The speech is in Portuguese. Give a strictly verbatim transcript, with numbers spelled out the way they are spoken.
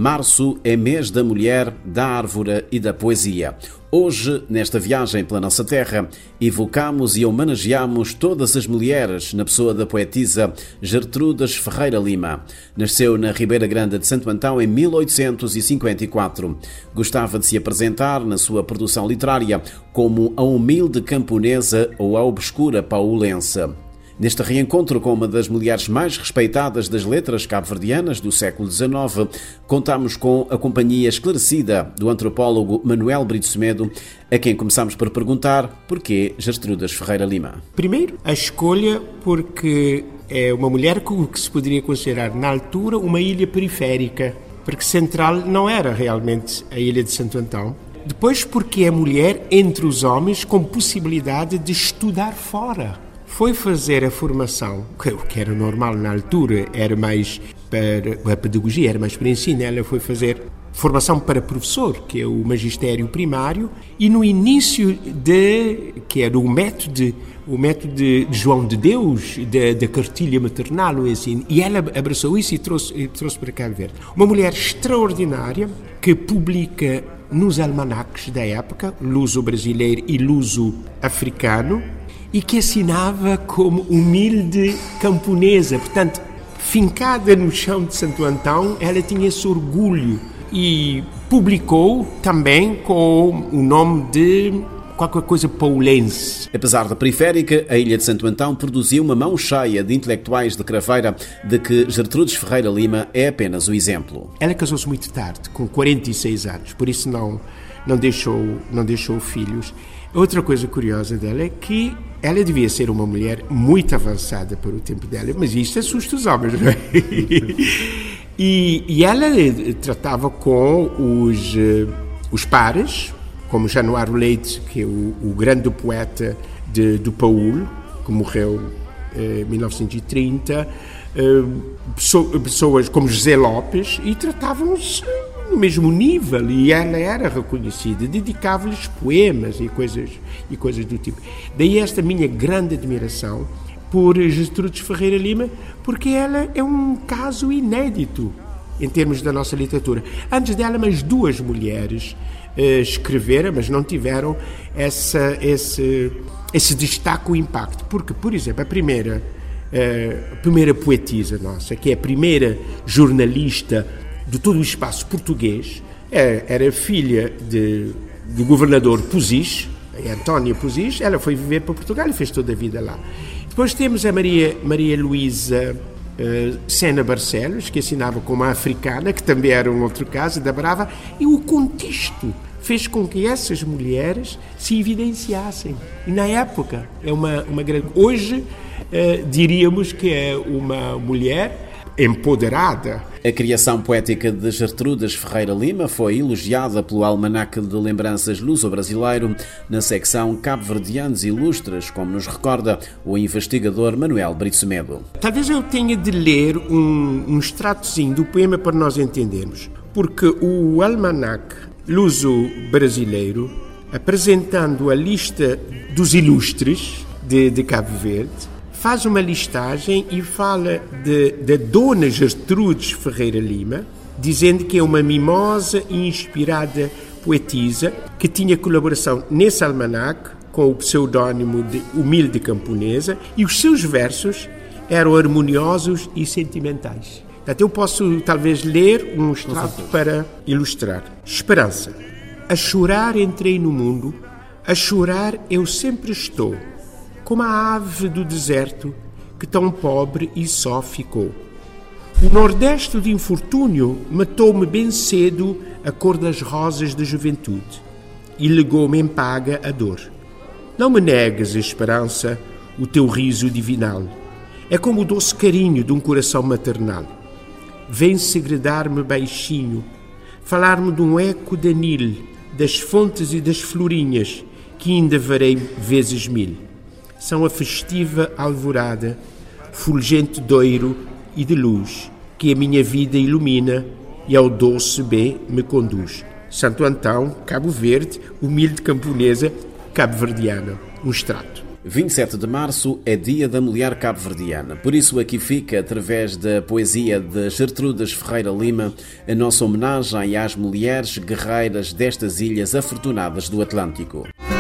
Março é mês da mulher, da árvore e da poesia. Hoje, nesta viagem pela nossa terra, evocamos e homenageamos todas as mulheres na pessoa da poetisa Gertrudes Ferreira Lima. Nasceu na Ribeira Grande de Santo Antão em mil oitocentos e cinquenta e quatro. Gostava de se apresentar na sua produção literária como a humilde camponesa ou a obscura paulense. Neste reencontro com uma das mulheres mais respeitadas das letras cabo-verdianas do século dezenove, contamos com a companhia esclarecida do antropólogo Manuel Brito Semedo, a quem começamos por perguntar porquê Gertrudes Ferreira Lima. Primeiro, a escolha porque é uma mulher que se poderia considerar, na altura, uma ilha periférica, porque Central não era realmente a ilha de Santo Antão. Depois, porque é mulher entre os homens com possibilidade de estudar fora. Foi fazer a formação, o que era normal na altura, era mais para a pedagogia, era mais para ensino, ela foi fazer formação para professor, que é o magistério primário, e no início de, que era o método, o método de João de Deus, da, da cartilha maternal, o ensino, e ela abraçou isso e trouxe, e trouxe para Cabo Verde. Uma mulher extraordinária, que publica nos almanaques da época, luso-brasileiro e luso-africano, e que assinava como humilde camponesa, portanto, fincada no chão de Santo Antão, ela tinha esse orgulho e publicou também com o nome de qualquer coisa paulense. Apesar da periférica, a Ilha de Santo Antão produziu uma mão cheia de intelectuais de craveira, de que Gertrudes Ferreira Lima é apenas o exemplo. Ela casou-se muito tarde, com quarenta e seis anos, por isso não, não, deixou, não deixou filhos. Outra coisa curiosa dela é que ela devia ser uma mulher muito avançada para o tempo dela, mas isto assusta os homens, não é? e, e ela tratava com os, os pares, como Januário Leite, que é o, o grande poeta de, do Paúl, que morreu em mil novecentos e trinta, pessoas como José Lopes, e tratavam-se no mesmo nível, e ela era reconhecida, dedicava-lhes poemas e coisas, e coisas do tipo. Daí esta minha grande admiração por Gertrudes Ferreira Lima, porque ela é um caso inédito em termos da nossa literatura. Antes dela, mas duas mulheres eh, escreveram, mas não tiveram essa, esse, esse destaque, o impacto. Porque, por exemplo, a primeira, eh, a primeira poetisa nossa, que é a primeira jornalista de todo o espaço português, era filha de, do governador Pusis, Antónia Pusis. Ela foi viver para Portugal e fez toda a vida lá. Depois temos a Maria, Maria Luísa uh, Sena Barcelos, que assinava como a africana, que também era um outro caso, da Brava, e o contexto fez com que essas mulheres se evidenciassem. E na época, é uma, uma grande... Hoje, uh, diríamos que é uma mulher empoderada. A criação poética de Gertrudes Ferreira Lima foi elogiada pelo Almanaque de Lembranças Luso-Brasileiro na secção Cabo-Verdianos Ilustres, como nos recorda o investigador Manuel Brito Semedo. Talvez eu tenha de ler um, um extratozinho do poema para nós entendermos, porque o Almanaque Luso-Brasileiro, apresentando a lista dos ilustres de, de Cabo Verde, faz uma listagem e fala de, de Dona Gertrudes Ferreira Lima, dizendo que é uma mimosa e inspirada poetisa que tinha colaboração nesse almanaque com o pseudónimo de Humilde Camponesa, e os seus versos eram harmoniosos e sentimentais. Portanto, eu posso talvez ler um extrato para ilustrar. Esperança. A chorar entrei no mundo, a chorar eu sempre estou, como a ave do deserto que tão pobre e só ficou. O nordeste de infortúnio matou-me bem cedo a cor das rosas da juventude e legou-me em paga a dor. Não me negues, esperança, o teu riso divinal. É como o doce carinho de um coração maternal. Vem segredar-me baixinho, falar-me de um eco da Nil, das fontes e das florinhas, que ainda verei vezes mil. São a festiva alvorada, fulgente doiro e de luz, que a minha vida ilumina e ao doce bem me conduz. Santo Antão, Cabo Verde, humilde camponesa, cabo-verdiana. Um extrato. vinte e sete de março é Dia da Mulher Cabo-Verdiana. Por isso aqui fica, através da poesia de Gertrudes Ferreira Lima, a nossa homenagem às mulheres guerreiras destas ilhas afortunadas do Atlântico.